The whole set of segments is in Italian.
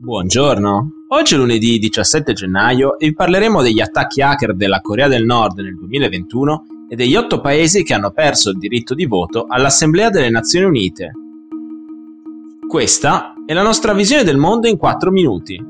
Buongiorno, oggi è lunedì 17 gennaio e vi parleremo degli attacchi hacker della Corea del Nord nel 2021 e degli 8 paesi che hanno perso il diritto di voto all'Assemblea delle Nazioni Unite. Questa è la nostra visione del mondo in 4 minuti.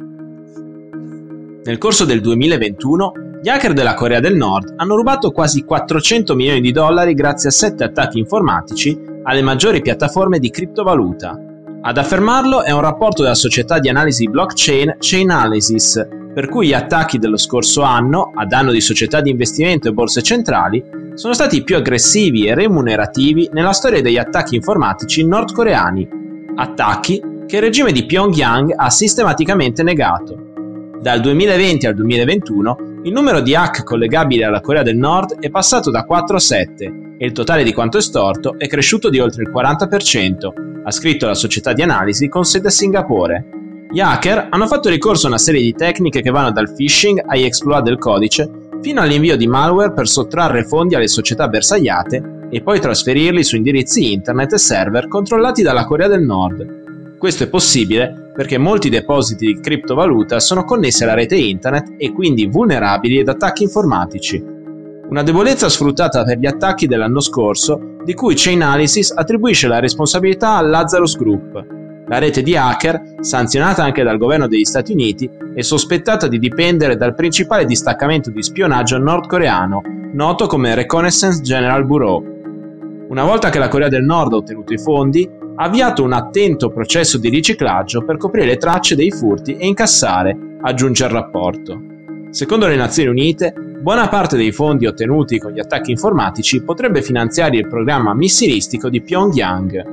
Nel corso del 2021, gli hacker della Corea del Nord hanno rubato quasi 400 milioni di dollari grazie a 7 attacchi informatici alle maggiori piattaforme di criptovaluta. Ad affermarlo è un rapporto della società di analisi blockchain Chainalysis, per cui gli attacchi dello scorso anno, a danno di società di investimento e borse centrali, sono stati i più aggressivi e remunerativi nella storia degli attacchi informatici nordcoreani, attacchi che il regime di Pyongyang ha sistematicamente negato. Dal 2020 al 2021 il numero di hack collegabili alla Corea del Nord è passato da 4 a 7 e il totale di quanto estorto è cresciuto di oltre il 40%, ha scritto la società di analisi con sede a Singapore. Gli hacker hanno fatto ricorso a una serie di tecniche che vanno dal phishing agli exploit del codice fino all'invio di malware per sottrarre fondi alle società bersagliate e poi trasferirli su indirizzi internet e server controllati dalla Corea del Nord. Questo è possibile perché molti depositi di criptovaluta sono connessi alla rete internet e quindi vulnerabili ad attacchi informatici. Una debolezza sfruttata per gli attacchi dell'anno scorso, di cui Chainalysis attribuisce la responsabilità al Lazarus Group. La rete di hacker, sanzionata anche dal governo degli Stati Uniti, è sospettata di dipendere dal principale distaccamento di spionaggio nordcoreano, noto come Reconnaissance General Bureau. Una volta che la Corea del Nord ha ottenuto i fondi, ha avviato un attento processo di riciclaggio per coprire le tracce dei furti e incassare, aggiunge il rapporto. Secondo le Nazioni Unite, buona parte dei fondi ottenuti con gli attacchi informatici potrebbe finanziare il programma missilistico di Pyongyang.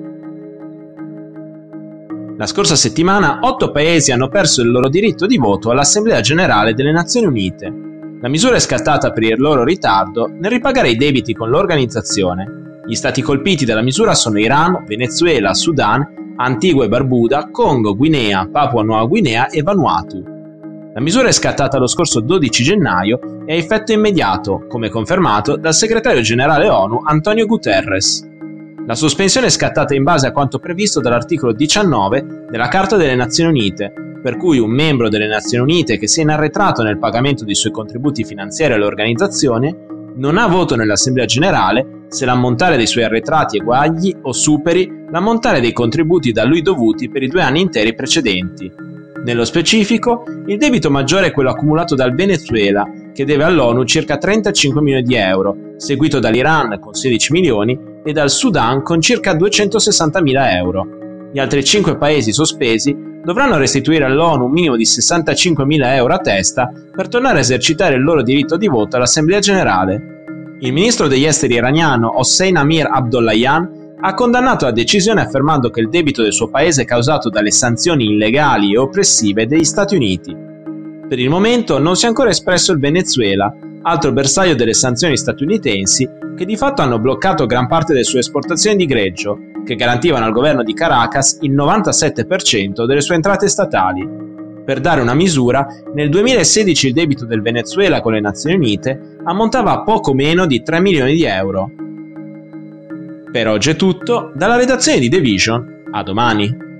La scorsa settimana 8 paesi hanno perso il loro diritto di voto all'Assemblea Generale delle Nazioni Unite. La misura è scattata per il loro ritardo nel ripagare i debiti con l'organizzazione. Gli stati colpiti dalla misura sono Iran, Venezuela, Sudan, Antigua e Barbuda, Congo, Guinea, Papua Nuova Guinea e Vanuatu. La misura è scattata lo scorso 12 gennaio e ha effetto immediato, come confermato dal segretario generale ONU Antonio Guterres. La sospensione è scattata in base a quanto previsto dall'articolo 19 della Carta delle Nazioni Unite, per cui un membro delle Nazioni Unite che sia in arretrato nel pagamento dei suoi contributi finanziari all'organizzazione non ha voto nell'Assemblea Generale se l'ammontare dei suoi arretrati eguagli o superi l'ammontare dei contributi da lui dovuti per i 2 anni interi precedenti. Nello specifico, il debito maggiore è quello accumulato dal Venezuela, che deve all'ONU circa 35 milioni di euro, seguito dall'Iran con 16 milioni e dal Sudan con circa 260 mila euro. Gli altri 5 paesi sospesi dovranno restituire all'ONU un minimo di 65 mila euro a testa per tornare a esercitare il loro diritto di voto all'Assemblea Generale. Il ministro degli esteri iraniano Hossein Amir Abdollahian ha condannato la decisione affermando che il debito del suo paese è causato dalle sanzioni illegali e oppressive degli Stati Uniti. Per il momento non si è ancora espresso il Venezuela, altro bersaglio delle sanzioni statunitensi, che di fatto hanno bloccato gran parte delle sue esportazioni di greggio, che garantivano al governo di Caracas il 97% delle sue entrate statali. Per dare una misura, nel 2016 il debito del Venezuela con le Nazioni Unite ammontava a poco meno di 3 milioni di euro. Per oggi è tutto, dalla redazione di The Vision, a domani!